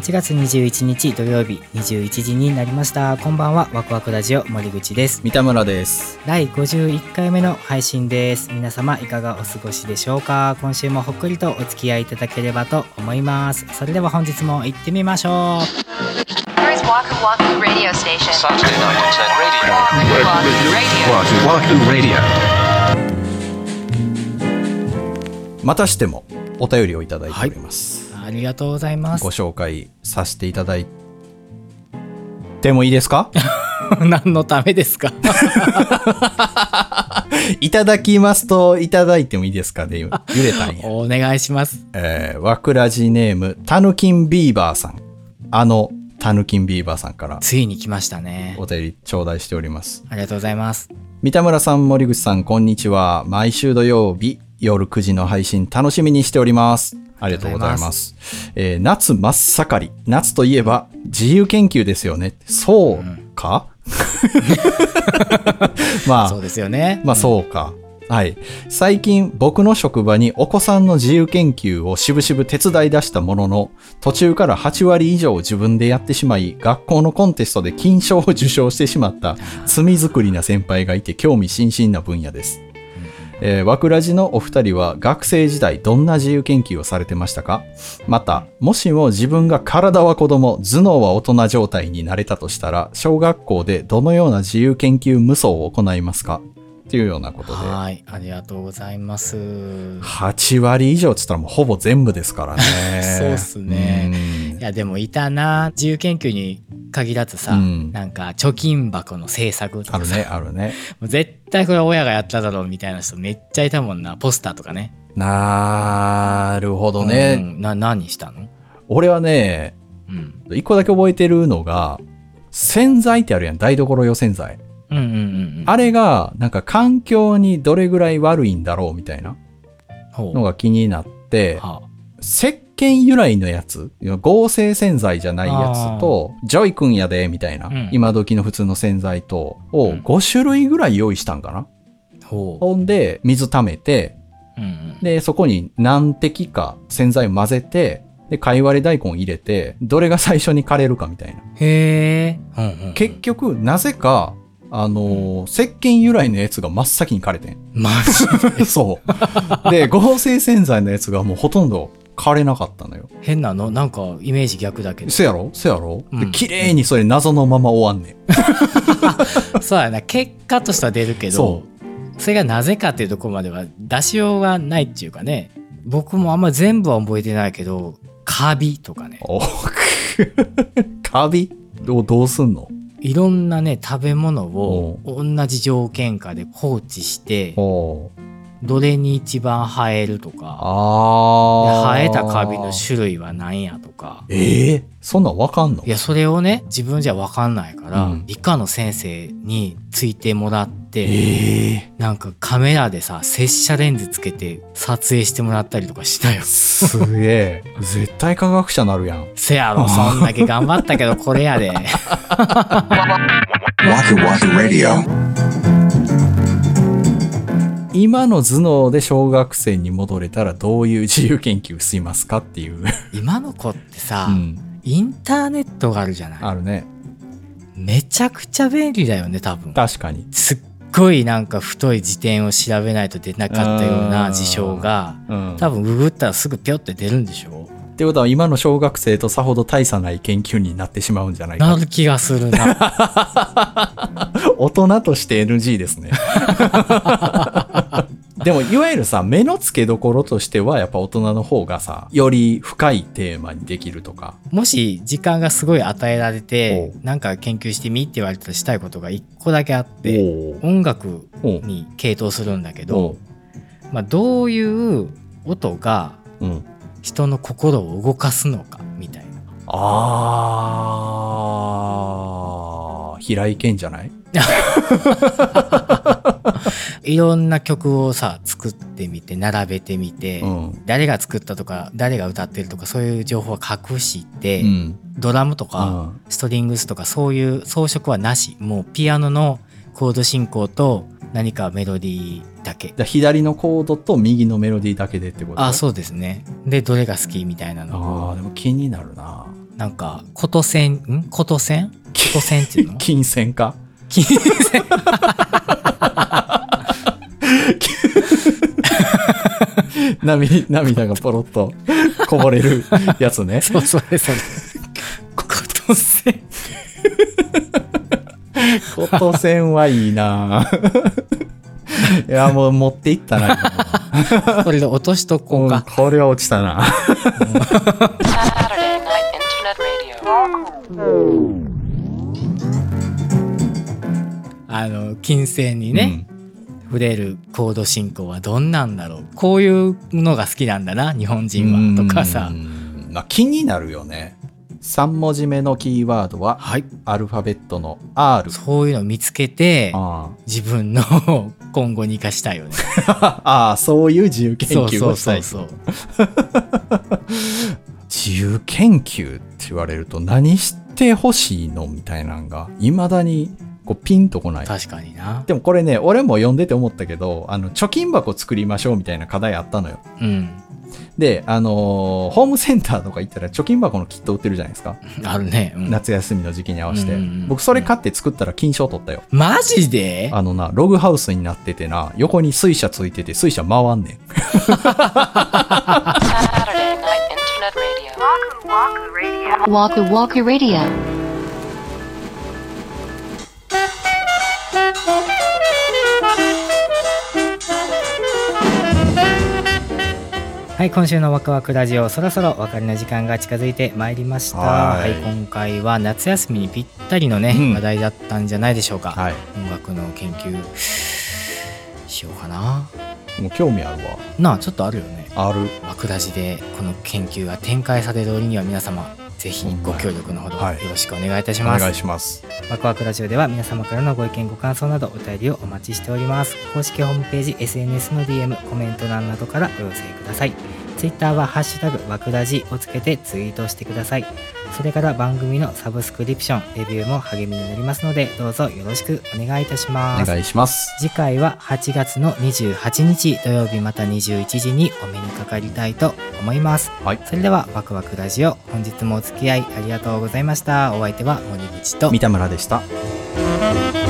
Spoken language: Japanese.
8月21日土曜日21時になりました。こんばんは。ワクワクラジオ森口です。 三田村です。 第51回目の配信です。皆様いかがお過ごしでしょうか。今週もほっくりとお付き合いいただければと思います。それでは本日も行ってみましょう。 またしてもお便りをいただいております、 はい、ありがとうございます。 ご紹介させていただいてもいいですか？ 何のためですか？ いただきますといただいてもいいですかで、揺れたんや。 お願いします。 わくらじネームたぬきんビーバーさん、たぬきんビーバーさんからついに来ましたね。 お便り頂戴しております。 ありがとうございます。 三田村さん、森口さん、こんにちは。毎週土曜日夜9時の配信楽しみにしております。ありがとうございます。夏真っ盛り。夏といえば自由研究ですよね。そうか、まあそうですよね。 まあそうか。はい。最近僕の職場にお子さんの自由研究をしぶしぶ手伝い出したものの、途中から8割以上自分でやってしまい、学校のコンテストで金賞を受賞してしまった罪作りな先輩がいて興味津々な分野です。わくらじのお二人は学生時代どんな自由研究をされてましたか？また、もしも自分が体は子供、頭脳は大人状態になれたとしたら、小学校でどのような自由研究無双を行いますか？っていうようなことで。 はい、ありがとうございます。 8割以上って言ったらもうほぼ全部ですからね。 そうっすね。いやでもいたな、自由研究に限らずさ、なんか貯金箱の制作とかさ、 あるね。 もう絶対これ親がやっただろうみたいな人めっちゃいたもんな。ポスターとかね。 なるほどね。 何したの？ 俺はね、一個だけ覚えてるのが、洗剤ってあるやん、台所用洗剤。あれがなんか環境にどれぐらい悪いんだろうみたいなのが気になって、石鹸由来のやつ、合成洗剤じゃないやつと、ジョイ君やでみたいな、今時の普通の洗剤とを5種類ぐらい用意したんかな。ほんで水溜めて、でそこに何滴か洗剤を混ぜて、で貝割れ大根入れて、どれが最初に枯れるかみたいな。 へー。 結局なぜか石鹸由来のやつが真っ先に枯れてん。 マジで？ そう。で、合成洗剤のやつがもうほとんど枯れなかったのよ。 変なの？なんかイメージ逆だけど。 せやろ、で、綺麗にそれ謎のまま終わんねん。 そうやな。結果としては出るけど、それがなぜかっていうところまでは出しようがないっていうかね。僕もあんま全部は覚えてないけど、カビとかね。 カビ？どうすんの？ いろんなね食べ物を同じ条件下で放置してどれに一番生えるとか、生えたカビの種類は何やとか。 そんなん分かんの？ いやそれをね自分じゃ分かんないから、理科の先生についてもらって、なんかカメラでさ接写レンズつけて撮影してもらったりとかしたよ。 すげえ。絶対科学者なるやん。 せやろ、そんだけ頑張ったけどこれやで。 今の頭脳で小学生に戻れたらどういう自由研究しますかっていう。 今の子ってさ、インターネットがあるじゃない。 あるね。 めちゃくちゃ便利だよね多分。 確かに。 すっごいなんか太い辞典を調べないと出なかったような事象が、多分ググったらすぐピョって出るんでしょ。 ってことは今の小学生とさほど大差ない研究になってしまうんじゃないかなる気がするな。 大人として NG ですね。でもいわゆるさ、目の付けどころとしてはやっぱ大人の方がさ、より深いテーマにできるとか。 もし時間がすごい与えられてなんか研究してみって言われたらしたいことが一個だけあって、音楽に傾倒するんだけど、どういう音が人の心を動かすのかみたいな。 平井堅じゃない？ いろんな曲をさ作ってみて並べてみて、誰が作ったとか誰が歌ってるとかそういう情報は隠して、ドラムとか、ストリングスとかそういう装飾はなし、もうピアノのコード進行と何かメロディーだけ。 左のコードと右のメロディーだけでってこと？ そうですね。でどれが好きみたいなの。 でも気になるな。 なんか琴線っていうの金銭か金銭涙がポロッとこぼれるやつね。 そうそれ琴線琴線はいいないやもう持っていったなこれで落としとこうか、 これは落ちたな金星にね、触れるコード進行はどんなんだろう、こういうのが好きなんだな日本人はとかさ、 まあ、気になるよね。3文字目のキーワードは、はい、アルファベットの R。 そういうのを見つけて自分の今後に生かしたいよねああ、そういう自由研究をしたい。 そう自由研究って言われると何してほしいのみたいなのが未だにこうピンとこない。 確かにな。 でもこれね、俺も読んでて思ったけど、貯金箱作りましょうみたいな課題あったのよ。で、ホームセンターとか行ったら貯金箱のキット売ってるじゃないですか。 あるね。 夏休みの時期に合わせて。僕それ買って作ったら金賞取ったよ。 マジで？ ログハウスになっててな、横に水車ついてて水車回んねん。 Waku Waku Radio。 はい、今週のワクワクラジオ、そろそろお別れの時間が近づいてまいりました。はい、今回は夏休みにぴったりのね、話題だったんじゃないでしょうか。はい、音楽の研究しようかな。 もう興味あるわなあ。ちょっとあるよね。 ある。 ワクラジでこの研究が展開される折には皆様ぜひご協力のほどよろしくお願いいたします。 お願いします。 ワクワクラジオでは皆様からのご意見ご感想などお便りをお待ちしております。公式ホームページ、 SNS の DM、 コメント欄などからお寄せください。ツイッターはハッシュタグワクラジをつけてツイートしてください。それから番組のサブスクリプション、レビューも励みになりますので、どうぞよろしくお願いいたします。 お願いします。 次回は8月の28日土曜日また21時にお目にかかりたいと思います。はい、それではワクワクラジオ、本日もお付き合いありがとうございました。お相手は森口と三田村でした。